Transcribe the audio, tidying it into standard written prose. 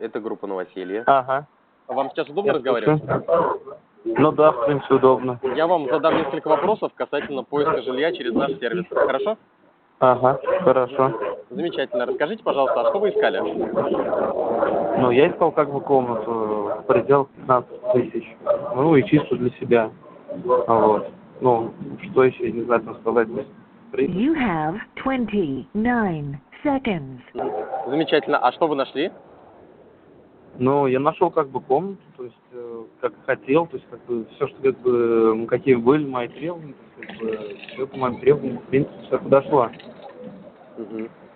Это группа «Новоселье». Ага. Вам сейчас удобно Я разговаривать? слушаю. Ну да, в принципе, удобно. Я вам задам несколько вопросов касательно поиска жилья через наш сервис. Хорошо? Ага, хорошо. Замечательно. Расскажите, пожалуйста, а что вы искали? Ну, я искал как бы комнату в пределах 15 тысяч. Ну, и чисто для себя. Вот. Ну, что еще, не знаю, там сказать. You have 29 seconds. Замечательно. А что вы нашли? Ну, я нашел как бы комнату, то есть, как хотел, то есть, как бы, все, что, как бы, какие были мои требования, то есть, как бы, все по моим требованиям, в принципе, все подошло. Мгм.